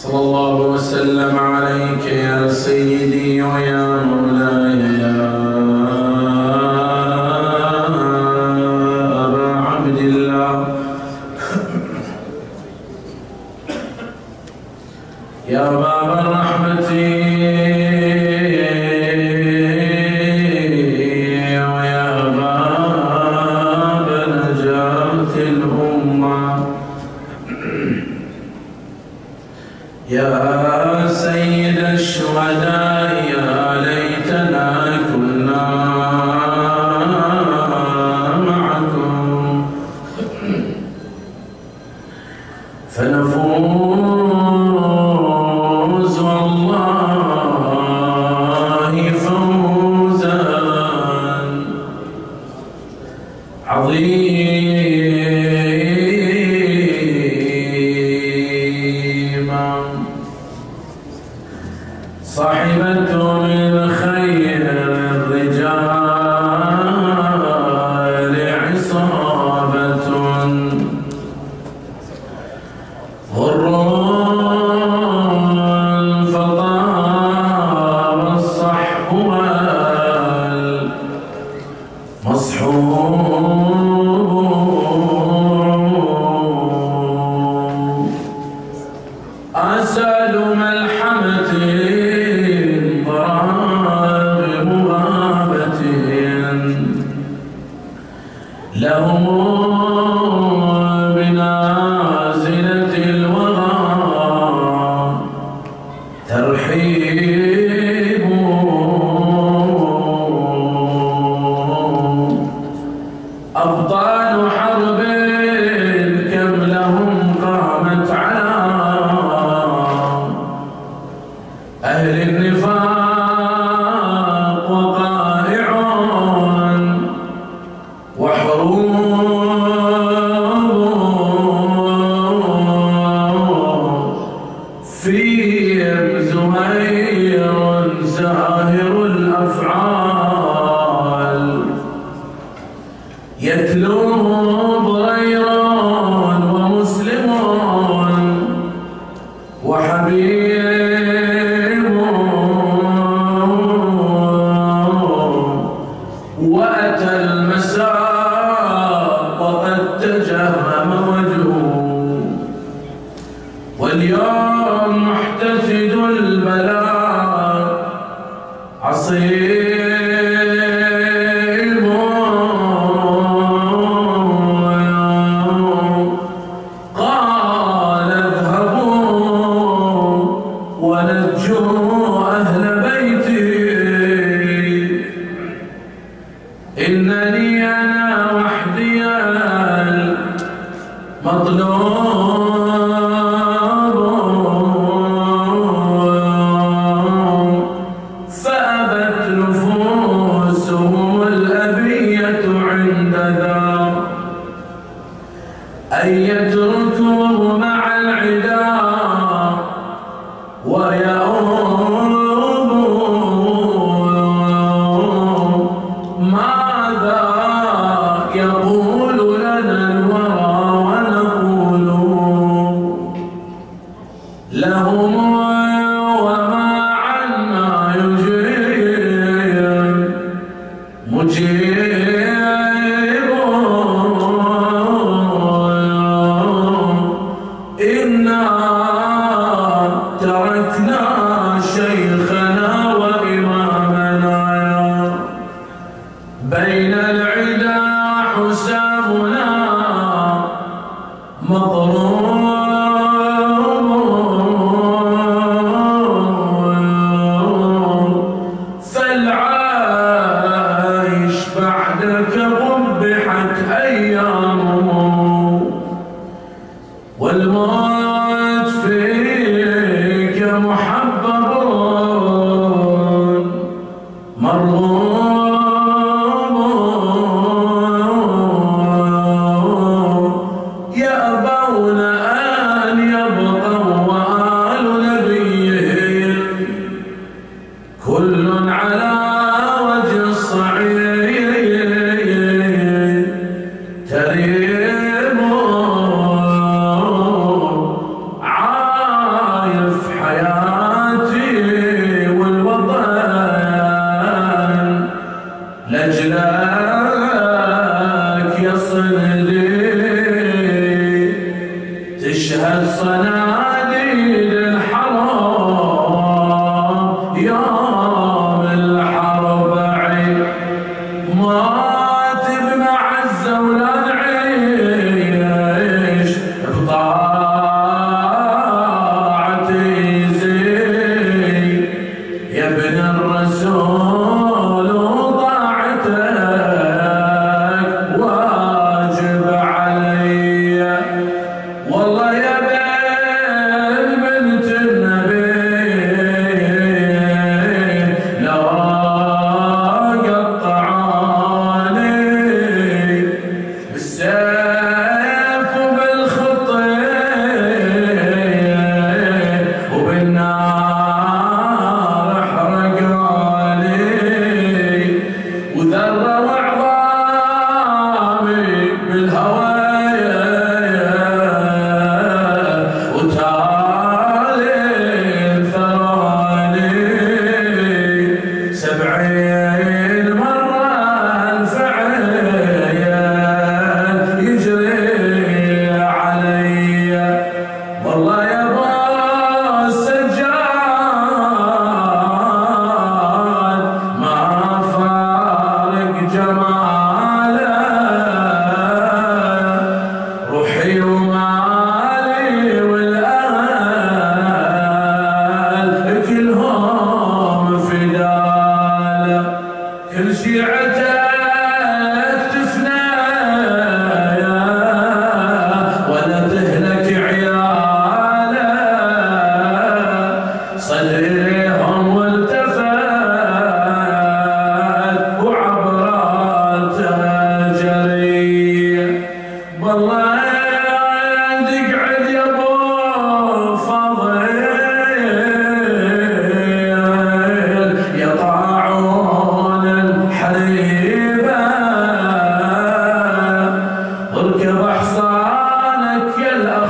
صلى الله وسلم عليك يا سيدي ويا مولاي يا أبا عبد الله يا باب الرحمة ويا باب نجاة الأمة يا سيد الشهداء يا ليتنا كنا معكم فنفوز والله فوزا عظيما صاحبة من خير الرجال عصابة غر فطاب الصحب والمصحوب أسأل ملحمة لهم بنازلة الورى ترحيب أبطال حرب كم لهم قامت على أهل النفاق وقائعون وحروب فيهم زهير زاهر الأفعال يتلو ضريران ومسلمون وحبيب وأتى المساء وقد تجهم وجهه واليوم محتسد البلاء عصيب قال اذهبوا ونجوا أهل بيتي إنني أنا وحدي المطلوب فأبت نفوسهم الأبية عند ذا أن يتركوه مع العدا ويؤوبوا ماذا يقول لنا الورى ونقول لهم وما عنا يجيب مجيب إنا تركنا شيخنا وإمامنا بين العدا حسابنا مضروب فالعايش بعدك قبحت أيامه والموت فيك محبب مرغوب لجلاك يا صندي تشهد صناديد الحرام يوم الحرب عيد مات ابن عزة ولا نعيش بطاعتي زين يا ابن الرسول وطاعتك واجب علي والله يا بنت النبي لو قطعاني بالسيف وبالخطيب وبالنار حرقاني وذرة وعظامي بالهوايا وتالي الثراني 70 مرة الفعل يجري علي والله يا ابو السجاد ما فارق جماله روحي ومالي والأهل كلهم فداله كل شيعتك تفنى ولا تهلك عياله صدرهم والتفت وعبراته جري والله تقعد يا ابو فضل يا طاعون الحريبه اركب حصانك يا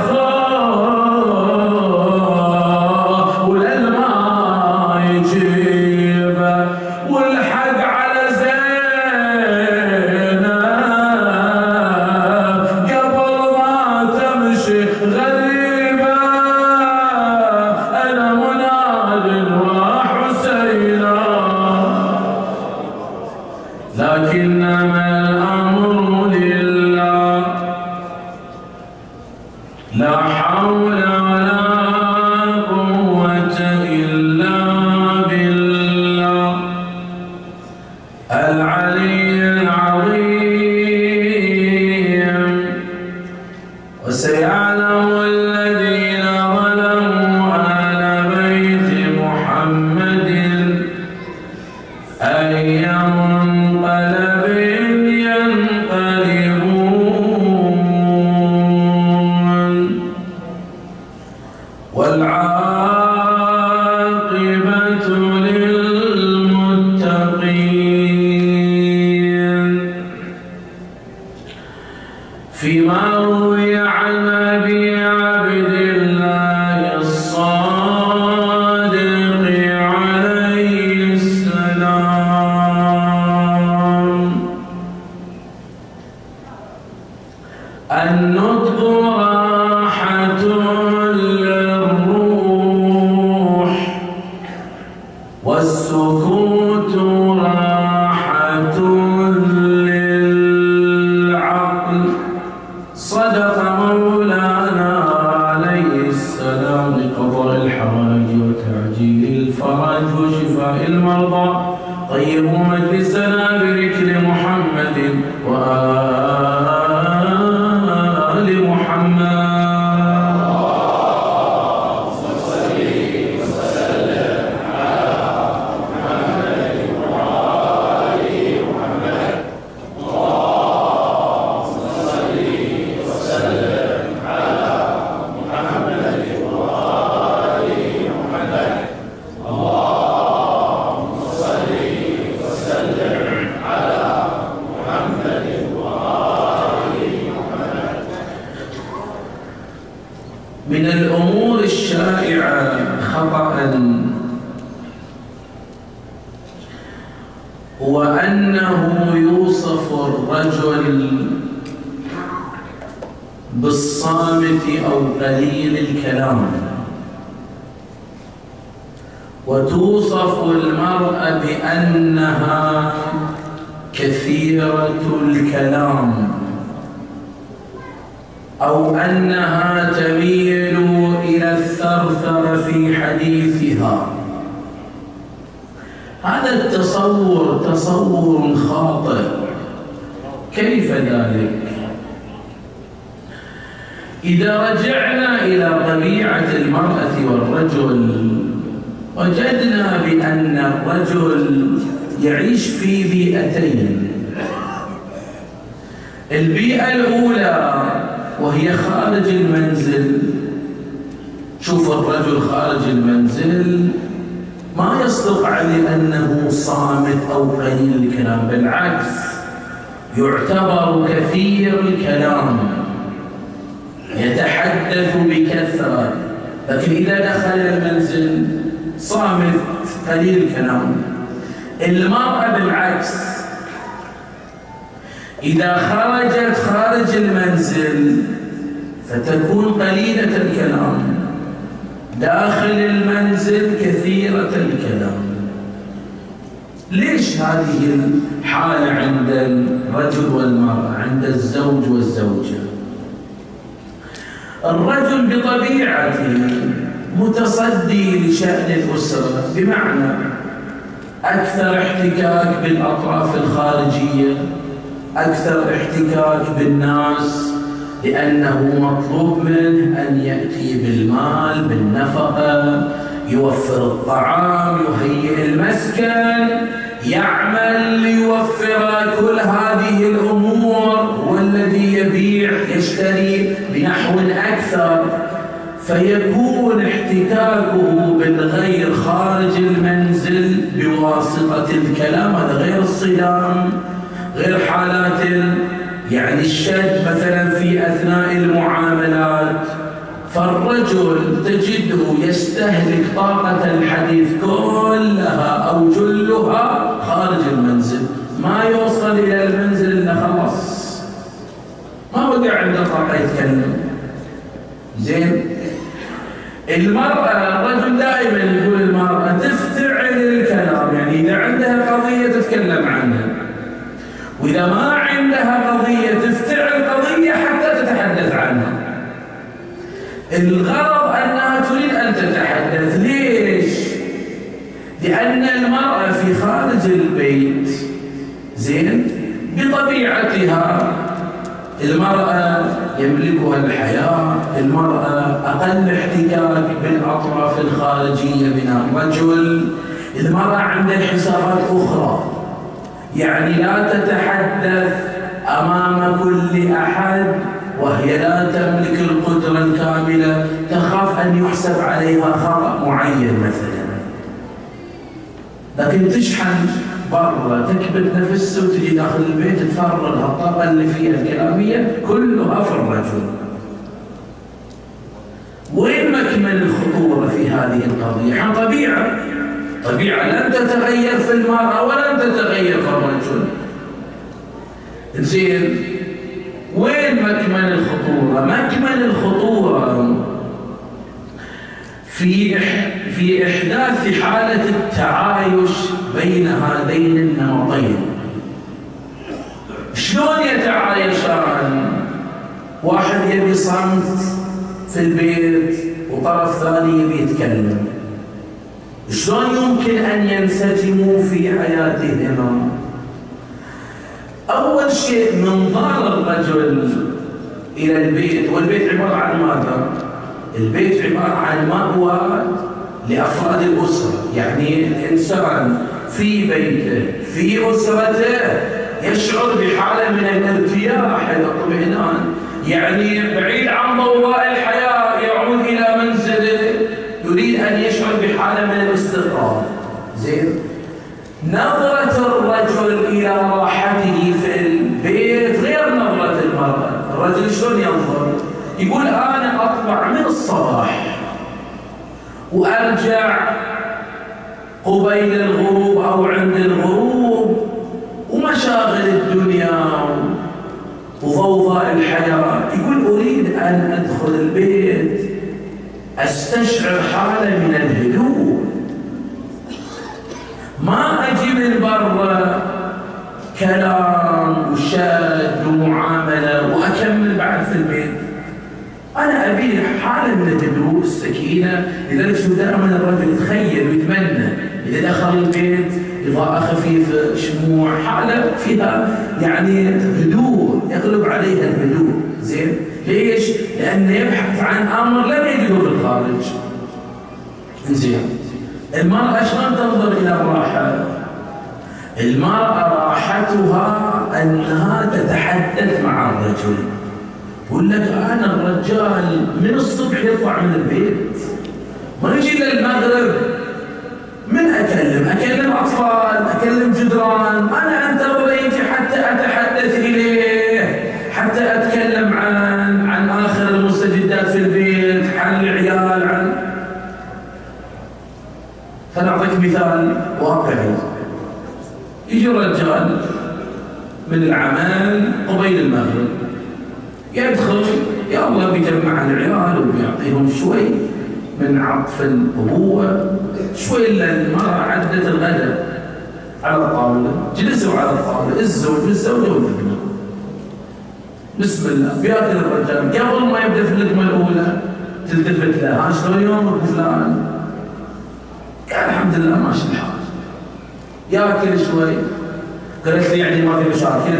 الاخو وللما يجيبه والحق على زينب قبل ما تمشي غريبه انا مناد وحسينا لكنما الامر لله لا حول ولا قوة إلا بالله العلي العظيم وسيعلم الذين ظلموا أهل بيت محمد أي منقلب ينقلبون والعاقبة للمتقين فيما روي عن أبي عبد الله الصادق عليه السلام النطق راحة للروح والسكوت راحة للعقل صدق مولانا عليه السلام لقضاء الحوائج وتعجيل الفرج وشفاء المرضى طيبوا مجلسنا بذكر محمد وآل محمد من الأمور الشائعة خطأ هو أن أنه يوصف الرجل بالصامت أو قليل الكلام، وتوصف المرأة بأنها كثيرة الكلام أو أنها تميل إلى الثرثر في حديثها. هذا التصور تصور خاطئ. كيف ذلك؟ إذا رجعنا إلى طبيعة المرأة والرجل وجدنا بأن الرجل يعيش في بيئتين. البيئة الأولى وهي خارج المنزل. شوف الرجل خارج المنزل ما يصدق عليه أنه صامت أو قليل الكلام، بالعكس يعتبر كثير الكلام، يتحدث بكثرة، لكن إذا دخل المنزل صامت قليل الكلام. المرأة بالعكس، إذا خرجت خارج المنزل فتكون قليلة الكلام، داخل المنزل كثيرة الكلام. ليش هذه الحالة عند الرجل والمرأة، عند الزوج والزوجة؟ الرجل بطبيعته متصدي لشأن الأسرة، بمعنى أكثر احتكاك بالأطراف الخارجية، أكثر احتكاك بالناس، لأنه مطلوب منه أن يأتي بالمال، بالنفقة، يوفر الطعام، يهيئ المسكن، يعمل ليوفر كل هذه الأمور، هو الذي يبيع يشتري بنحو أكثر، فيكون احتكاكه بالغير خارج المنزل بواسطة الكلام. هذا غير الصيام، غير حالات يعني الشد مثلا في أثناء المعاملات. فالرجل تجده يستهلك طاقة الحديث كلها أو جلها خارج المنزل، ما يوصل إلى المنزل إلا خلص، ما بقى عنده طاقة يتكلم. زين، المرأة الرجل دائما يقول المرأة تفتعل الكلام، يعني إذا عندها قضية تتكلم عنها، وإذا ما عندها قضية تفتعل قضية حتى تتحدث عنها. الغرض أنها تريد أن تتحدث. ليش؟ لأن المرأة في خارج البيت زين بطبيعتها المرأة يملكها الحياة، المرأة أقل احتكاك بالأطراف الخارجية من الرجل، المرأة عندها حسابات أخرى، يعني لا تتحدث أمام كل أحد وهي لا تملك القدرة الكاملة، تخاف أن يحسب عليها خطأ معين مثلا، لكن تشحن برا تكبت نفسه وتجي داخل البيت تفرغ الطاقة اللي فيها الكلامية كلها في الرجل. وين مكمن الخطورة في هذه القضية؟ طبيعة لن تتغير في المرأة ولن تتغير في الرجل. زين، وين مكمن الخطورة؟ مكمن الخطورة في إحداث حالة التعايش بين هذين النمطين. شلون يتعايشان؟ واحد يبي صمت في البيت وطرف ثاني يبي يتكلم، شلون يمكن أن ينسجموا في حياتهما؟ أول شيء منظار الرجل إلى البيت، والبيت عبارة عن ماذا؟ البيت عبارة عن مأوى لأفراد الأسرة، يعني الإنسان في بيته في أسرته يشعر بحالة من الارتياح الاطمئنان، يعني بعيد عن ضوضاء الحياة يعود إلى منزله يريد أن يشعر بحالة من الاستقرار. زين، نظرة الرجل إلى راحته في البيت غير نظرة المرأة. الرجل شلون ينظر؟ يقول أنا أطلع من الصباح وأرجع قبيل الغروب أو عند الغروب وما ومشاغل الدنيا وضوضاء الحياة، يقول أريد أن أدخل البيت أستشعر حالة من الهدوء، ما أجي من برا كلام وشد ومعاملة وأكمل بعد في البيت. أنا أبي حالة من الهدوء السكينة. لذلك شو دائما الرجل يتخيل ويتمنى إذا دخل البيت إضاءة خفيفة، شموع، حالة فيها يعني هدوء يغلب عليها الهدوء. زين؟ ليش؟ لأنه يبحث عن أمر لم يجده في الخارج. زين؟ المرأة شلون تنظر إلى الراحة؟ المرأة راحتها أنها تتحدث مع الرجل. يقول لك أنا الرجال من الصبح يطلع من البيت ما يجي إلا المغرب، من أكلم أطفال، أكلم جدران، أنا أنتظر يجي حتى أتحدث إليه، حتى أتكلم عن آخر المستجدات في البيت، عن العيال، خليني أعطيك مثال واقعي. يجي الرجال من العمل قبيل المغرب، يدخل يلا بيجمع العيال وبيعطيهم شوي من عطف الأبوة، شوي المرأة عدت الغداء على الطاولة، جلسوا على الطاولة الزوج والزوجة والابنة. بسم الله بياكل الرجال، قبل ما يبدأ في اللقمة الأولى تلتفت له، ها شلون يومك فلان؟ قال الحمد لله ماشي الحال. ياكل شوي، قالت لي يعني ما في مشاكل.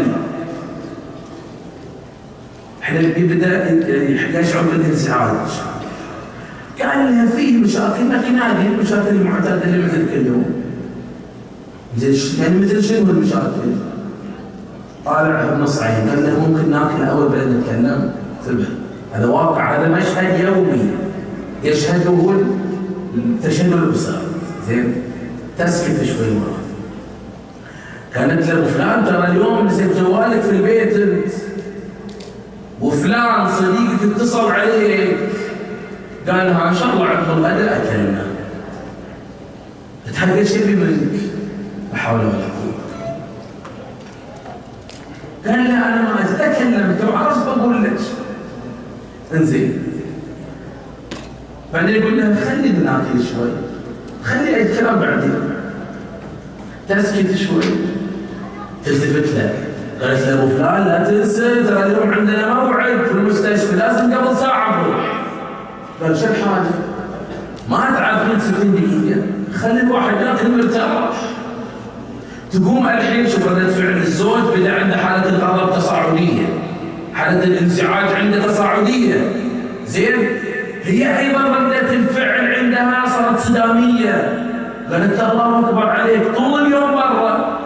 احنا بيبدا يشعر بالانزعاج. قال لها في مشاكل لكن هذه المشاكل المعتاده اللي مثل كل يوم. زين يعني مثل شنو المشاكل؟ طالع بنص عين، قال له ممكن ناكل اول بعد نتكلم؟ انتبه، هذا واقع، هذا مشهد يومي يشهده تشنج البصر. زين؟ تسكت شوي المرأة. كانت له فلان ترى اليوم نسيت جوالك في البيت انت، وفلان صديقك اتصل عليك قال لها ان شاء الله عقب الغداء اكلنا. تحقق شيء منك؟ لا حول ولا قوه. قال لها انا ما اتكلمت وعرفت بقول لك. انزين. بعدين يقول لها خلي ناكل شوي، خلي الكلام بعدين. تسكت شوي، تلتفت له، قالت له ابو فلان لا تنسى ترى اليوم عندنا موعد في المستشفى لازم قبل ساعه نروح. قال شو الحاجه؟ ما تعرفين 60 دقيقه، خلي الواحد ياكل مرتاح. تقوم الحين شوف رده فعل الزوج، بدا عنده حاله الغضب تصاعديه، حاله الانزعاج عنده تصاعديه. زين؟ هي ايضا رده الفعل عندها صارت سلاميه. قالت الله اكبر عليك طول اليوم برا،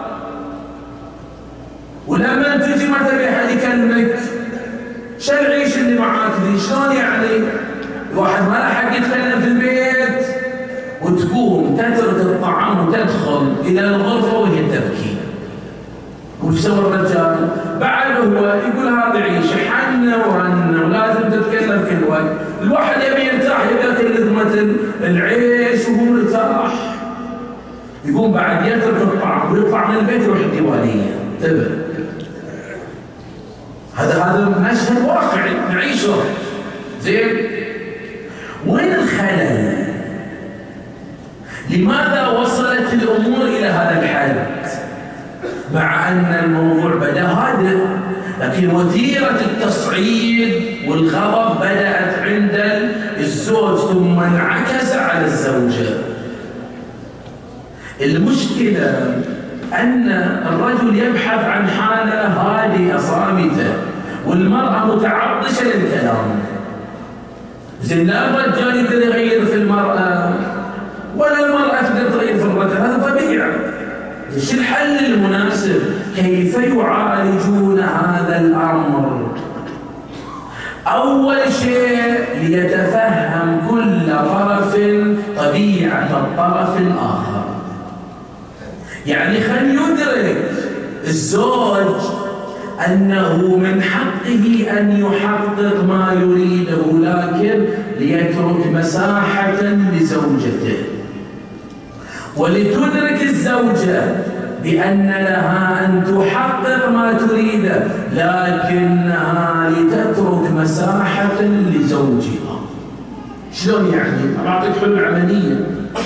ولما تجي ما تبي احد يكلمك، شو العيش اللي معاك ذي؟ شلون يعني؟ الواحد ما له حق يتكلم في البيت، وتقوم تترك الطعام وتدخل الى الغرفه وهي تبكي. وش سوى الرجال؟ بعد هو يقول هذا عيش حنه ورنه ولازم تتكلم كل وقت، الواحد يبي يرتاح، يبي ياكل لقمه العيش وهو مرتاح. يقوم بعد يترك الطعام ويطلع من البيت يروح الديوانيه. انتبه، هذا مشهد واقعي نعيشه. زين؟ وين الخلل؟ لماذا وصلت الامور الى هذا الحد؟ مع ان الموضوع بدا هادئ، لكن وتيره التصعيد والغضب بدات عند الزوج ثم انعكس على الزوجه. المشكله أن الرجل يبحث عن حالة هادئة صامتة، والمرأة متعطشة للكلام. زين، لا الرجال يقدر يغير في المرأة ولا المرأة تقدر تغير في الرجل، هذا طبيعي. ايش الحل المناسب؟ كيف يعالجون هذا الأمر؟ أول شيء ليتفهم كل طرف طبيعة الطرف الآخر. يعني خلي يدرك الزوج أنه من حقه أن يحقق ما يريده، لكن ليترك مساحة لزوجته. ولتدرك الزوجة بأن لها أن تحقق ما تريده، لكنها لتترك مساحة لزوجها. شلون يعني؟ أعطيك حلول عملية.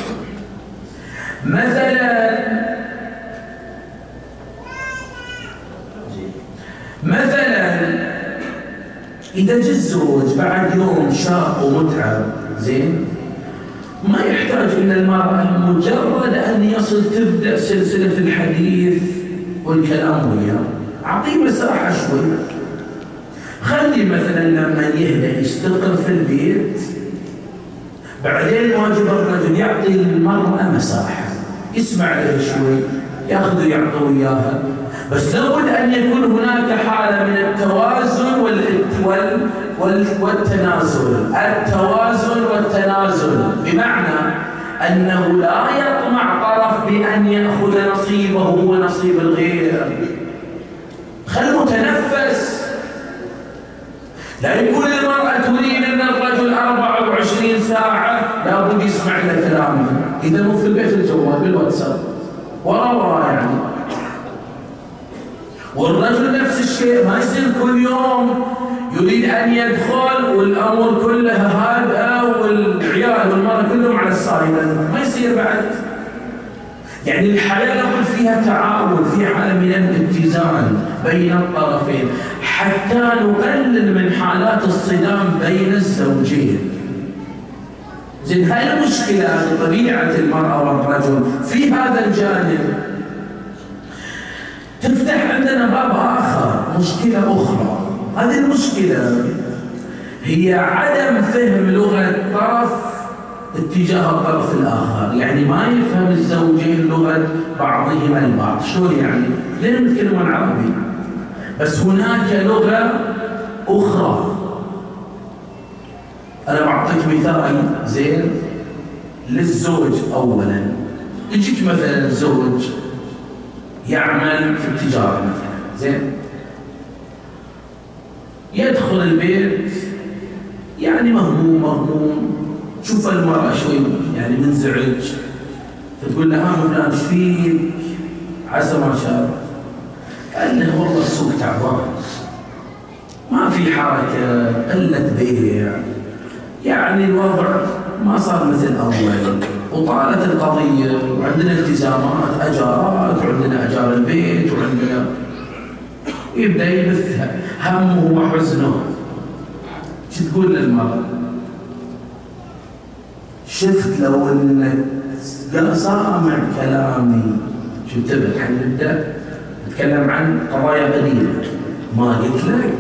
مثلا إذا جه الزوج بعد يوم شاق ومتعب، زين، ما يحتاج إلى المرأة مجرد أن يصل تبدأ سلسلة الحديث والكلام وياه، أعطيه مساحة شوي. خلي مثلا لما يهدأ يستقر في البيت، بعدين واجب الرجل يعطي المرأة مساحة، يسمع لها شوي، ياخذ ويعطي وياها. بس لابد أن يكون هناك حالة من التوازن والتنازل. التوازن والتنازل بمعنى أنه لا يطمع طرف بأن يأخذ نصيبه ونصيب الغير. خل متنفس. لا يكون المرأة تريد أن الرجل 24 ساعة لابد يسمع لها كلامها، إذا مو في البيت الجوال بالواتساب ورا يعني. والرجل نفس الشيء، ما يصير كل يوم يريد أن يدخل والأمور كلها هادئة والعيال والمرأة كلهم على السايلنت، ما يصير بعد. يعني الحياة لابد فيها تعاون، في حالة من الاتزان بين الطرفين حتى نقلل من حالات الصدام بين الزوجين. زين، هاي المشكلة طبيعة المرأة والرجل في هذا الجانب تفتح عندنا باب آخر، مشكلة أخرى. هذه المشكلة هي عدم فهم لغة طرف اتجاه الطرف الآخر. يعني ما يفهم الزوجين لغة بعضهما البعض. شلون يعني؟ لين نتكلم عربي بس هناك لغة أخرى. أنا بعطيك مثال زين للزوج. أولا يجيك مثلا زوج يعمل في التجارة مثلا، زين، يدخل البيت يعني مهموم، تشوف المرأة شوي يعني منزعج، فتقول له فلان ايش فيك؟ عسى ما شاء. قال له والله السوق تعبان، ما في حركة، قلة بيع، يعني الوضع ما صار مثل أول، وطالت القضية، وعندنا التزامات، أجارات، وعندنا أجار البيت، وعندنا، يبدأ يبث همه وحزنه. شو تقول للمرأة؟ شفت لو انك سامع كلامي، شو انتبه، حنبدأ نتكلم عن قضايا قديمة، ما قلت لك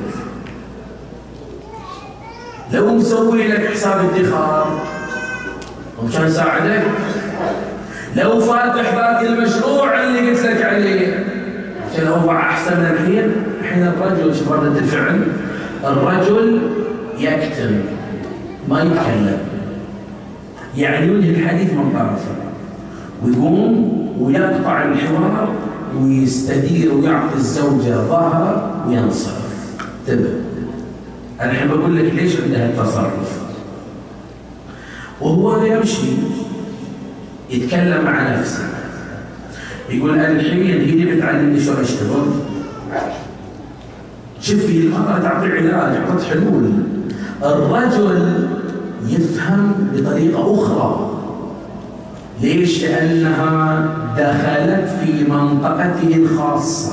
لو مسوي لك حساب ادخار ومشان ساعدك، لو فاتح ذاك المشروع اللي قلت لك عليه عشان اوضع احسن من الحين. الحين الرجل شوف ردة الفعل، الرجل يكتم ما يتكلم، يعني ينهي الحديث من طرفه ويقوم ويقطع الحوار ويستدير ويعطي الزوجة ظهره وينصرف. انتبه، أنا الحين بقول لك ليش عنده التصرف. وهو يمشي يتكلم مع نفسه، يقول الحين هي اللي بتعلمني شو اشتغل. شوفي المرأة تعطي علاج، تعطي حلول. الرجل يفهم بطريقة أخرى. ليش؟ لأنها دخلت في منطقته الخاصة.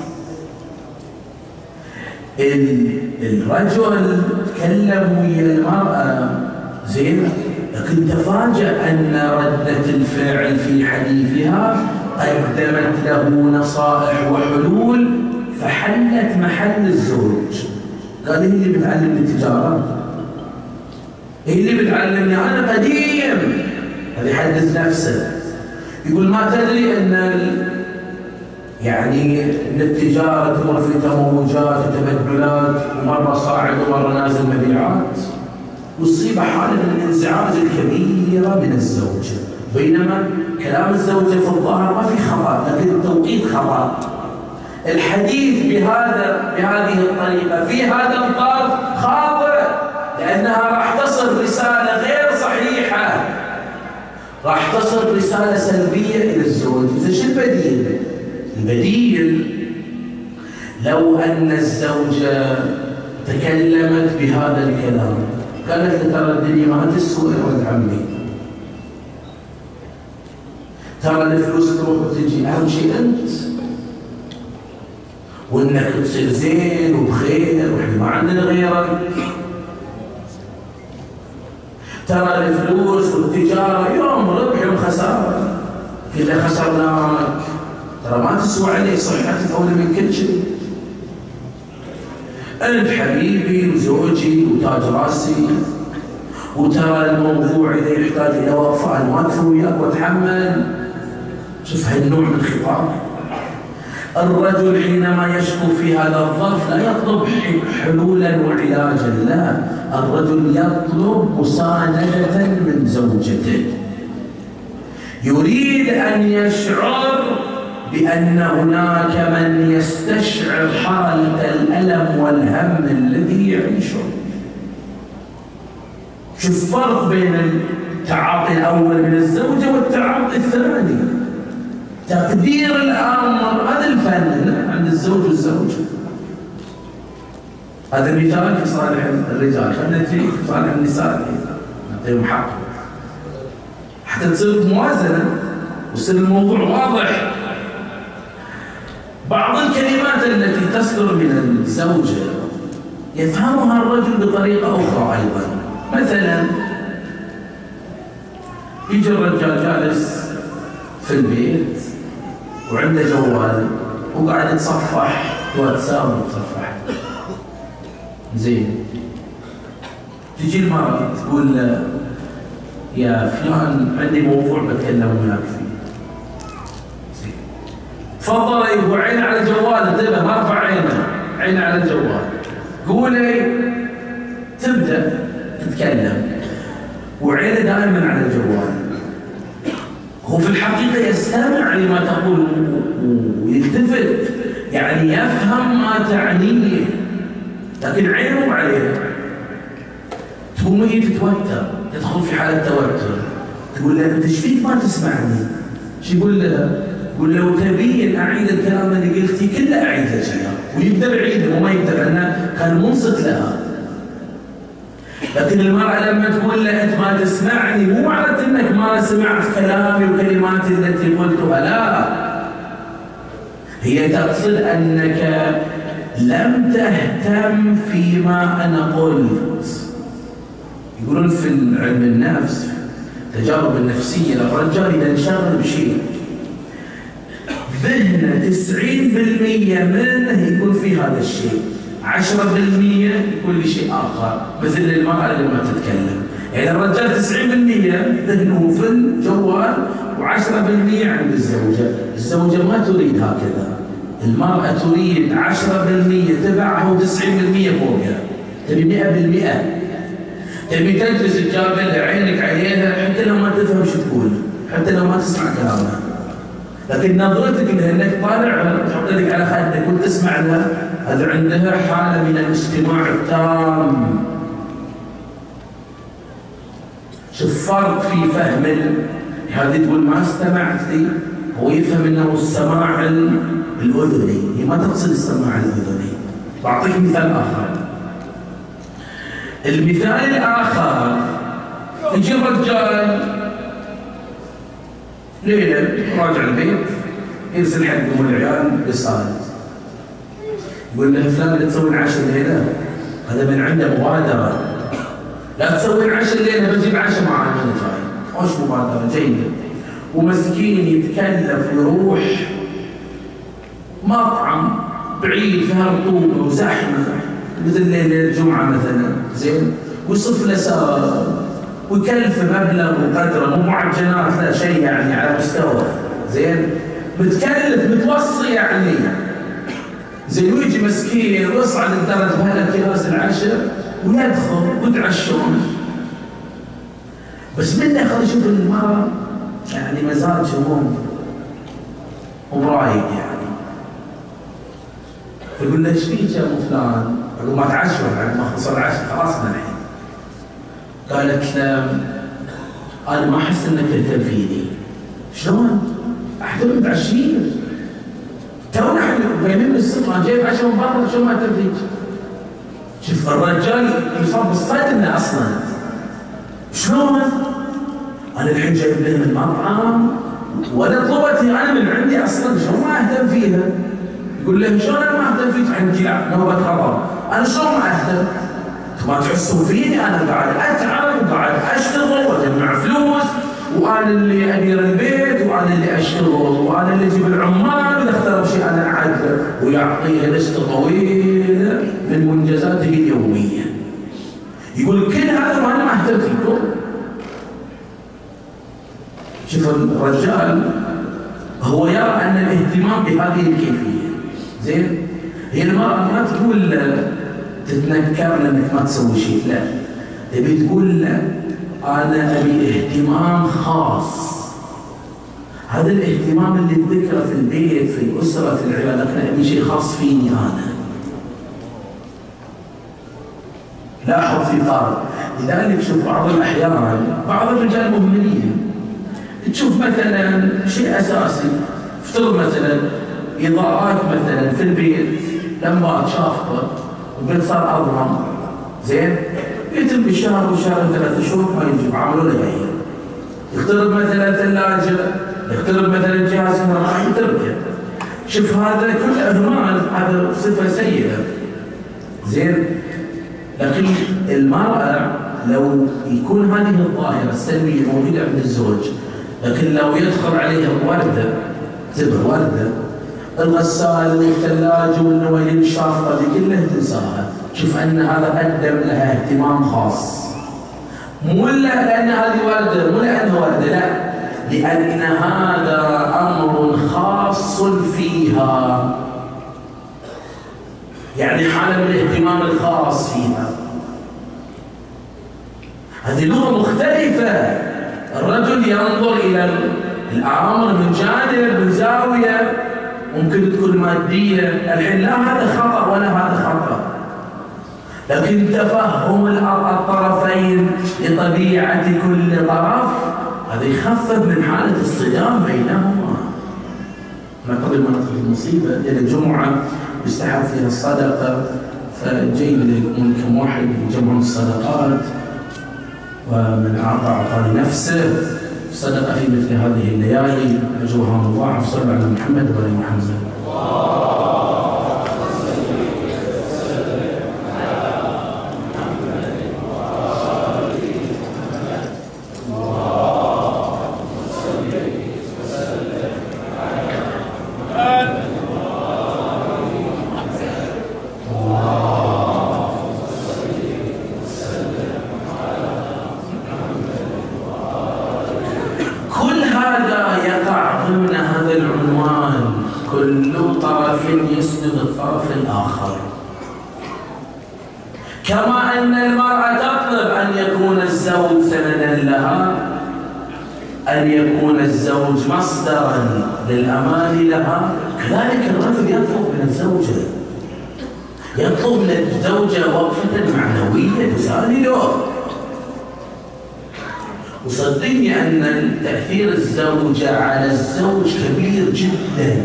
الرجل تكلم ويا المرأة زين، لكن تفاجأ أن ردة الفعل في حديثها قدمت له نصائح وحلول فحلت محل الزوج. قال هي اللي بتعلمني التجارة، هي اللي بتعلمني، أنا قديم. هذا يحدث نفسه، يقول ما تدري أن يعني أن التجارة تمر في تموجات وتبدلات، ومرة صاعد ومرة نازل مبيعات، وتصيب حالة من الانزعاج الكبيرة من الزوجة. بينما كلام الزوجة في الظاهر ما في خطأ، لكن التوقيت خطأ. الحديث بهذه الطريقة في هذا الطرف خاطئ، لأنها راح تصل رسالة غير صحيحة، راح تصل رسالة سلبية إلى الزوج. إذا شو البديل؟ البديل لو أن الزوجة تكلمت بهذا الكلام، قالت له ترى الدنيا ما تسوى يا ولد عمي، ترى الفلوس تروح وتجي، أهم شيء أنت، وإنك تصير زين وبخير وإحنا ما عندنا غيرك. ترى الفلوس والتجارة يوم ربح يوم خسارة، إذا خسرناك ترى ما تسوى علي صحتك أولى من كل شيء. أنت حبيبي وزوجي وتاج راسي، وترى الموضوع إذا يحتاج إلى وقفة أنا واقف وياك وأتحمل. شوف هالنوع من الخطاب. الرجل حينما يشكو في هذا الظرف لا يطلب حلولا وعلاجا، لا، الرجل يطلب مساندة من زوجته، يريد أن يشعر بأن هناك من يستشعر حالة الألم والهم الذي يعيشه. شوف فرق بين التعاطي الأول من الزوجة والتعاطي الثاني. تقدير الأمر هذا الفن عند الزوج والزوجة. هذا مثال في صالح الرجال، خلينا نجي في صالح النساء نعطيهم حق حتى تصير موازنة ويصير الموضوع واضح. بعض الكلمات التي تصدر من الزوجة يفهمها الرجل بطريقة أخرى أيضا. مثلا يجي الرجال جالس في البيت وعنده جوال وقاعد يتصفح واتساب ويتصفح زين، تجي المرأة تقول يا فلان عندي موضوع بتكلم وياك فيه. زين تفضل يا ابو عين على الجوال، انتبه ما ارفع عينه على الجوال، قولي تبدا تتكلم وعينه دائما على الجوال. هو في الحقيقة يستمع لما تقول ويلتفت، يعني يفهم ما تعنيه، لكن عينه عليها. تقوم هي تتوتر، تدخل في حالة توتر، تقول لها انت ايش فيك ما تسمعني؟ شو يقول لها؟ يقول لو تبين اعيد الكلام اللي قلتي كله اعيد لك اياه، ويقدر يعيده وما يقدر لانه كان منصت لها. لكن المرأة لما تقول لها أنت ما تسمعني، مو معناته أنك ما سمعت كلامي وكلماتي التي قلتها، لا، هي تقصد أنك لم تهتم فيما أنا قلت. يقولون في علم النفس التجارب النفسية للرجال إذا انشغل بشيء ذهنه 90% منه يكون في هذا الشيء، 10% يكون لشيء آخر، مثل المرأة لما تتكلم. يعني الرجال 90% ذهنه في الجوال و10% عند الزوجة. الزوجة ما تريد هكذا، المرأة تريد 10% تبعها و90% فوقها، تبي 100%، تبي تجلس تجابلها عينك عليها حتى لو ما تفهم شو تقول، حتى لو ما تسمع كلامها، لكن نظرتك لها انك طالعها تحط لك على خدك وتسمع لها، هذا عندها حالة من الاستماع التام. شوف فرق في فهم. هذه تقول ما استمعت لي، هو يفهم انه السماع الاذني، هي ما تقصد السماع الاذني. بعطيك مثال اخر. المثال الاخر يجي الرجال ليله راجع البيت يرسل حق ام العيال رساله يقول له فلان لا تسوي العشاء الليله، هذا من عنده مبادره، لا تسوي العشاء الليله بجيب عشاء معانا انا جاي، خوش مبادره جيده. ومسكين يتكلف ويروح مطعم بعيد فيها رطوبه وزحمه مثل ليله الجمعه مثلا، زين، ويصف له سائق ويكلف مبلغ وقدره، مو معجنات لا شيء يعني على مستوى، زين، متكلف متوصي يعني، زين، ويجي مسكين ويصعد الدرج بهذا كراس العشاء ويدخل ويتعشون. بس من دخل يشوف المرأة يعني مزاجه مو برايق يعني، يقول له ايش فيك يا ابو فلان؟ يقول ما تعشوا بعد ما خلصوا العشاء خلاص من الحين. قالت له انا ما احس انك تهتم فيني. شلون؟ احترم تعشيني. تو نحن بيننا الصفر، انا جايب 10 من برا شو ما تنفيج. شوف الرجال يصاب بالصدمه اصلا. شلون؟ انا الحين جايب لهم المطعم وانا طلبتي انا من عندي اصلا شلون ما اهتم فيها؟ يقول لهم شلون انا ما اهتم فيك؟ عندي نوبه خطر، انا شلون ما اهتم؟ ما تحسوا فيني انا قاعد اتعب وقاعد اشتغل واجمع فلوس، وانا اللي ادير البيت وانا اللي اشتغل وانا اللي اجيب العمال واذا اخترب شيء انا اعدله، ويعطيها لسته طويله من منجزاته اليوميه. يقول كل هذا وانا ما اهتم فيكم. شوف الرجال هو يرى ان الاهتمام بهذه الكيفيه زين. هي المراه ما تقول تتنكر انك ما تسوي شيء، لا، تبي تقول له انا ابي اهتمام خاص. هذا الاهتمام اللي تذكره في البيت في الاسره في العيال، لكن ابي شيء خاص فيني انا. لاحظ في فرق. لذلك شوف بعض الاحيان بعض الرجال مهملين، تشوف مثلا شيء اساسي، افترض مثلا اضاءات مثلا في البيت لمبات شافطه البيت صار اظلم زين، يتم بشهر وشهر 3 شهور ما يجي عامله له يغير. يخترب مثلا ثلاجه، يخترب مثلا جهاز راح يتركه. شوف هذا كل اهمال، هذا صفه سيئه زين. لكن المراه لو يكون هذه الظاهره السلبيه موجوده عند الزوج، لكن لو يدخل عليها ورده، تبقى ورده، الغساله والثلاجه والنويل الشافطه دي كلها تنساها. شوف ان هذا قدم لها اهتمام خاص، مو لان هذه ورده، مو لانها ورده، لا، لان هذا امر خاص فيها، يعني حاله من الاهتمام الخاص فيها. هذه لغه مختلفه. الرجل ينظر الى الامر من جانب، من زاويه ممكن تكون ماديه، الحين لا هذا خطا ولا هذا خطا، لكن تفهم الطرفين لطبيعه كل طرف هذا يخفف من حاله الصدام بينهما. انا قبل ما ندخل المصيبه ليله الجمعه يستحب فيها الصدقه، فجاي من كم واحد يجمعون الصدقات، ومن اعطى لنفسه صدقه في مثل هذه الليالي اجرها مضاعف. صلوا على محمد وعلى محمد. كل طرف يسند الطرف الآخر. كما أن المرأة تطلب أن يكون الزوج سندا لها، أن يكون الزوج مصدرا للأمان لها، كذلك الرجل يطلب من الزوجة، يطلب من الزوجة وقفة معنوية تساوي له. وصدقني أن تأثير الزوجة على الزوج كبير جدا.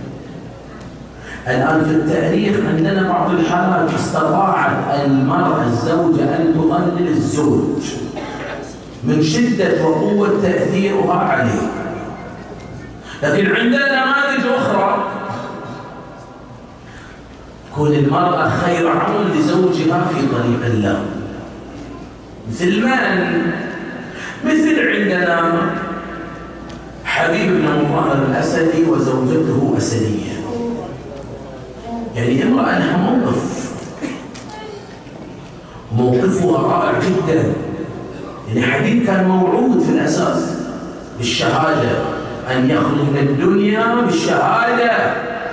الآن في التاريخ عندنا بعض الحالات استطاعت المرأة الزوجة أن تضلل الزوج من شدة وقوة تأثيرها عليه. لكن عندنا نماذج أخرى تكون المرأة خير عون لزوجها في طريق الله. مثل من؟ مثل عندنا حبيب بن مطهر الأسدي وزوجته أسدية، يعني امرأة لها موقفها رائع جدا. يعني حبيب كان موعود في الأساس بالشهادة، أن يخرج من الدنيا بالشهادة،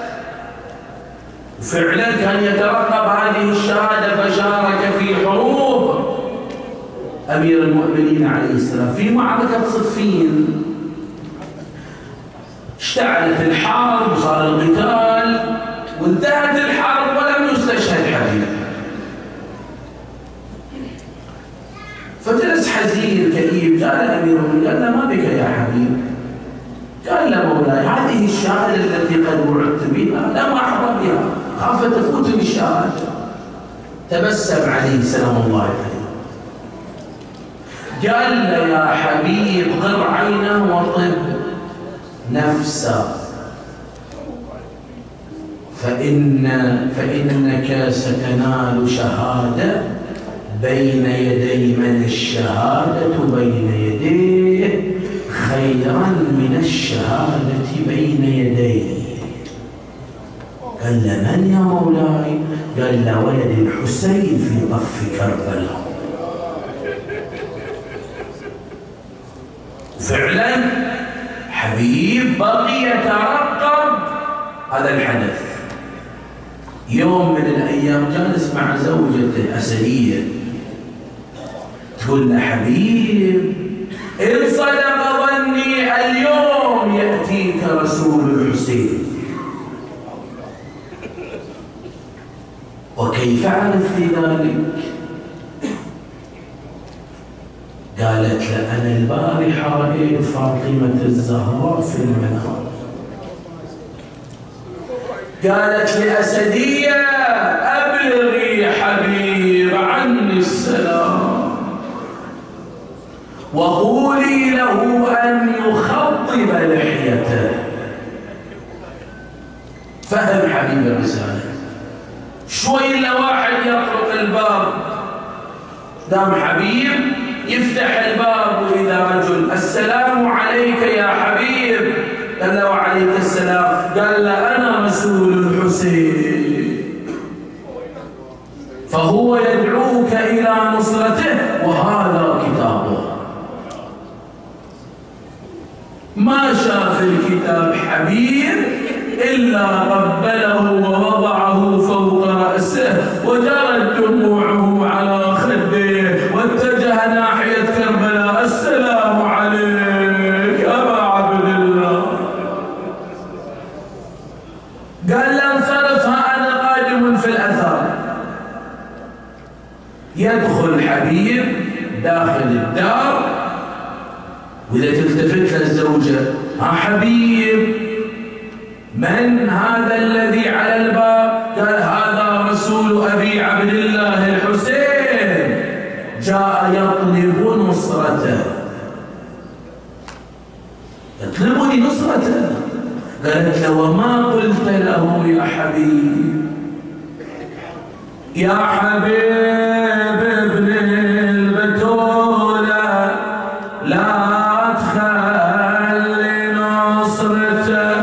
وفعلا كان يترقب هذه الشهادة، فشارك في حروب أمير المؤمنين عليه السلام. في معركة صفين اشتعلت الحرب وصار القتال وانتهت الحرب ولم يستشهد حبيب. فجلس حزين كئيب، جاء الأمير قال له: ما بك يا حبيب؟ قال له مولاي هذه الشهادة التي قد وعدت بها لم أحظى بها، خاف تفوتني الشهادة. تبسم عليه سلام الله عليه، قال له يا حبيب قر عينه وطب نفسه، فإنك ستنال شهادة بين يدي من الشهادة بين يديه خيرا من الشهادة بين يديه. قال له من يا مولاي؟ قال له ولد الحسين في ضف كربلاء. فعلا حبيب بقي يترقب هذا الحدث. يوم من الأيام جالس مع زوجته أسدية، تقول له حبيب إن صدق ظني اليوم يأتيك رسول الحسين. وكيف عرفت ذلك؟ قالت له أنا البارحة رأيت فاطمة الزهراء في المنام. قالت لأسدية أبلغي حبيب عني السلام وقولي له أن يخضب لحيته. فهم حبيب الرسالة. شوي إلا واحد يطرق الباب، دام حبيب يفتح الباب وإذا رجل السلام عليك يا حبيب. قال له وعليك السلام. قال له أنا رسول الحسين، فهو يدعوك إلى نصرته وهذا كتابه. ما شاف الكتاب حبيب إلا قبله ووضعه فوق رأسه وجرت دموعه على خده واتجه ناحية كربلاء. السلام عليك أبا عبد الله. قال له انصرفها أنا قادم في الأثر. يدخل حبيب داخل الدار، وإذا تلتفت للزوجة ها حبيب من هذا الذي على الباب؟ قال هذا رسول أبي عبد الله الحسين جاء يطلب نصرته. يطلبني نصرته. قالت له وما قلت له يا حبيب؟ يا حبيب ابن البتولة لا تخلي نصرته.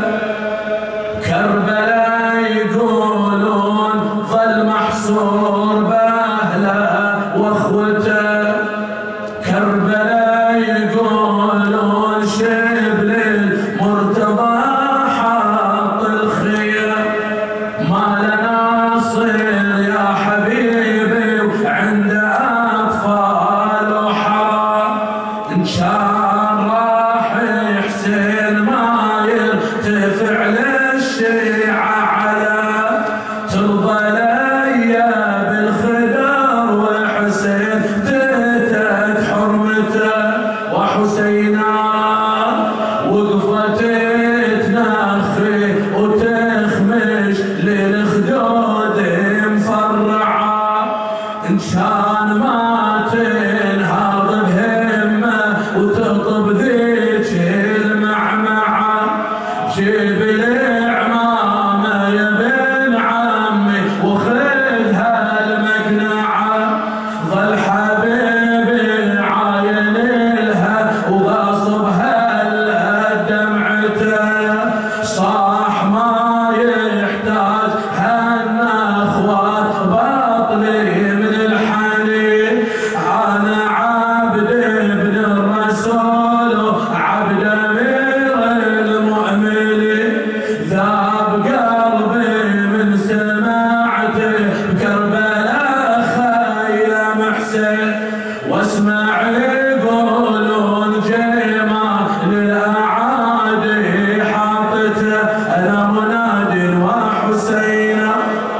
كربلاء يقولون ظل محصور بأهله واخوته. كربلاء يقولون شبل المرتضى حاط الخير. ما لنا ناصر يا حبيبي وعنده أطفال وحرام. إن كان راح يحسن ما يرتفع للشيعة على ترضى ليا بالخدر وحسين تتت حرمته. وحسينا وقفت تنخي وتخمش للخدود مفرعة. إن كان ما تنهض بهمة وتطب ذيك المعمعة. جيب العمامة يا بن عمي وخذها المقنعة. ظل حبيبي عاين لها وغاصبها لها دمعته. صاح ما يحتاج هالنا اخوات باطلي من الحنين. انا عبد ابن الرسول عبد امير المؤمنين. ذاب قلبي من سماعته بكربلاء خيل محسن. واسمع يقولون جيما للاعادي حاطته. انا مناد وحسينا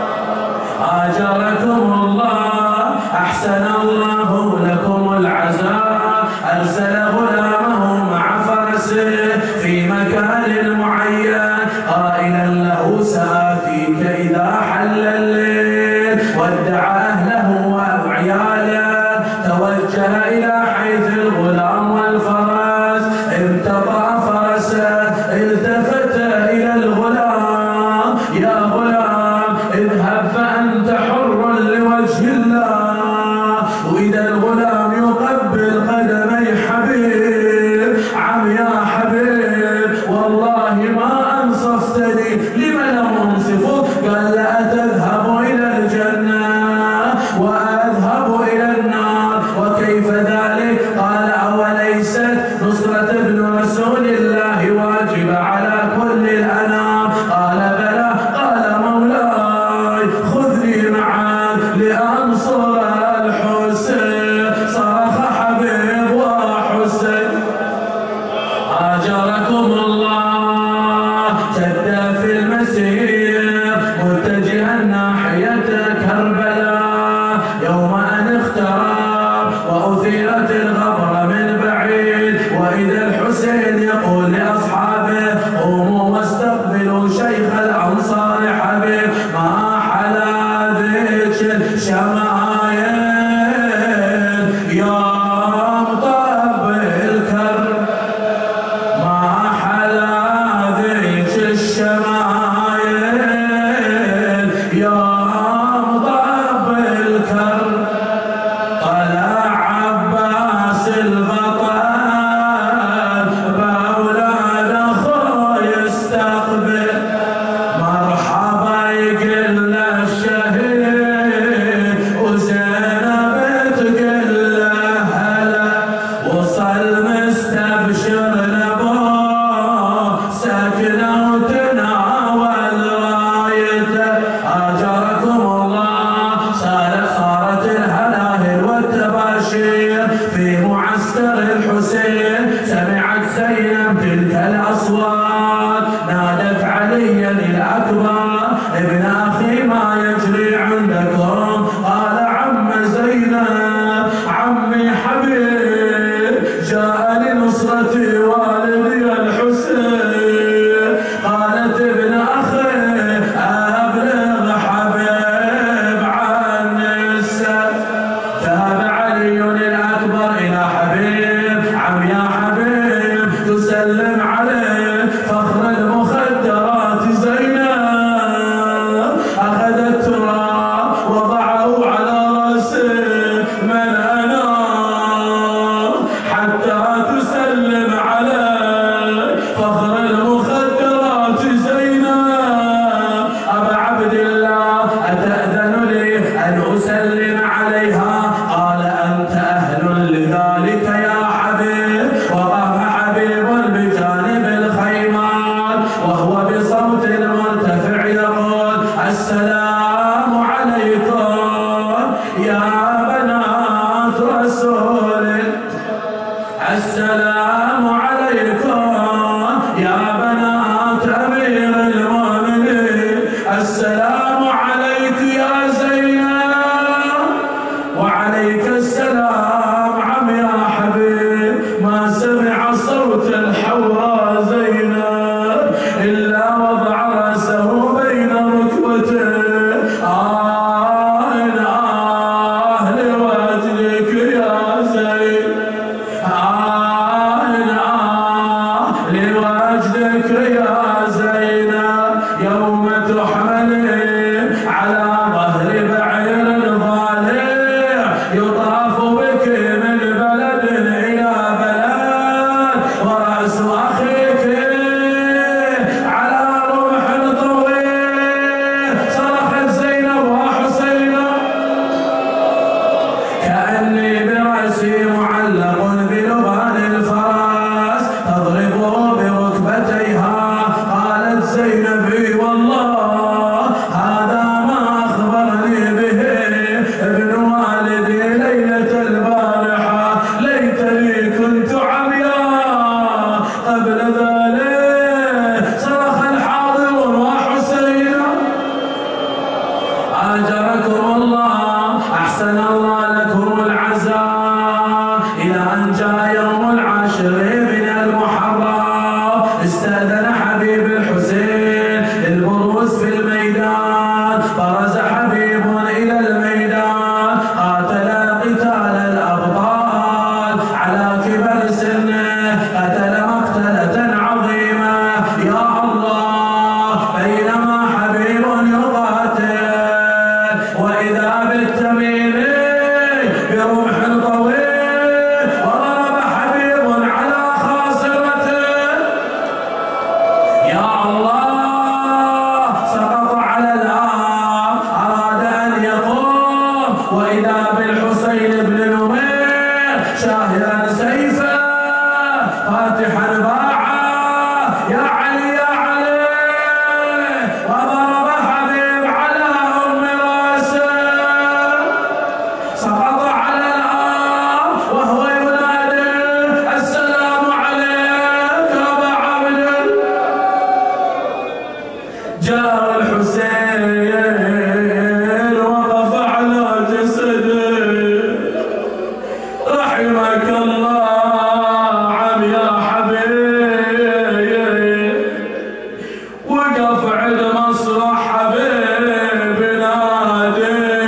اجركم الله احسن الله لكم العزاء. ارسل غلامه مع فرسه في مكان وإذا بالحسين بن نمير شاهرا سيفا فاتحا باعا يا علي يا علي، وضرب حبيب على أم راسه، سقط على الأرض وهو ينادي السلام عليك أبا عبد. جاء الحسين وقف على جسده، رحمك الله عم يا حبيب، وقف عند مصرع حبيب نادي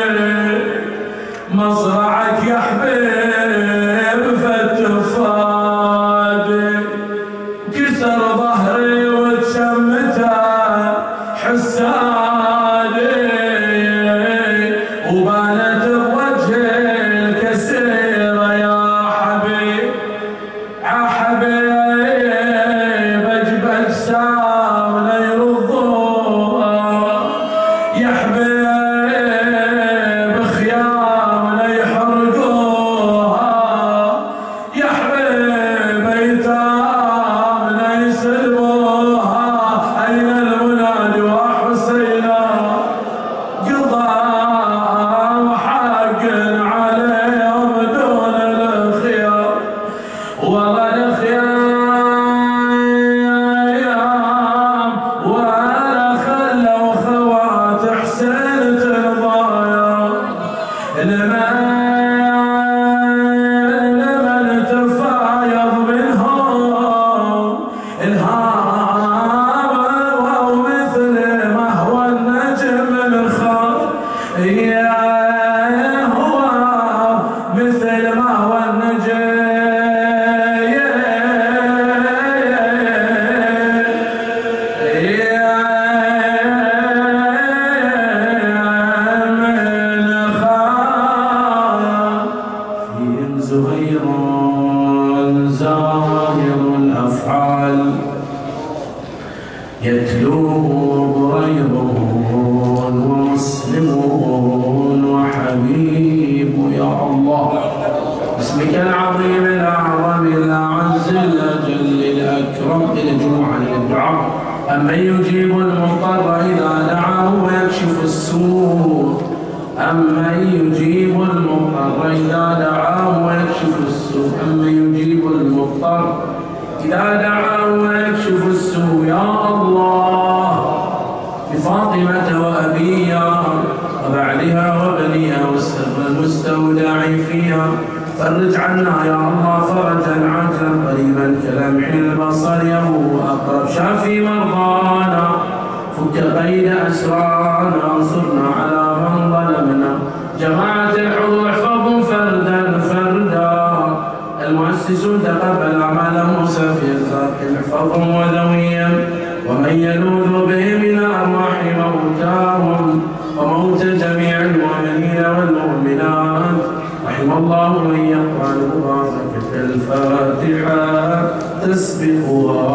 مصرعك يا حبيب فالتفادي، كسر ظهري وتشمته حسادي، وبانت بوجهي الكسيرة يا حبيب، حبيب اجبد سام يرضوها يا حبيب، خيام يحرقوها يا حبيب، ايتام يسلبوها، اين المنادي وحسينا قضى وحق عليهم دون الخيار، والله الخيام ولا خلوا خوات حسين تنضايا، لمن تفايض منهم الهام، ومثل ما هو النجم الخاف، هو مثل ما هو النجم زهير زاهر الأفعال، يتلوه بريضون ومسلمون وحبيب يا الله، باسمك العظيم الأعظم الأعز الأجل الأكرم. إلى الجمعة للدعاء. أمن يجيب المضطر إذا دعاه ويكشف السوء، أمن يجيب المضطر إذا دعاه ويكشف السوء، أمن يجيب المضطر إذا دعاه ويكشف السوء يا الله، بفاطمة وأبيها وبعدها وابنها والسر المستودع فيها، فرج عنا يا الله فرجا عاجلا قريبا كلمح البصر يوم أقرب، شافي مرضانا فك قيد أسرانا، انصرنا على من ظلمنا، جماعة الحضور احفظوا فردا فردا، المؤسسون تقبل أعمالهم سفي الزرق احفظهم وذويهم، ومن يلوذ بهم من أرواح موتاهم وموت جميع المؤمنين والمؤمنات، رحم الله من يقرأ المباركة الفاتحة تسبقها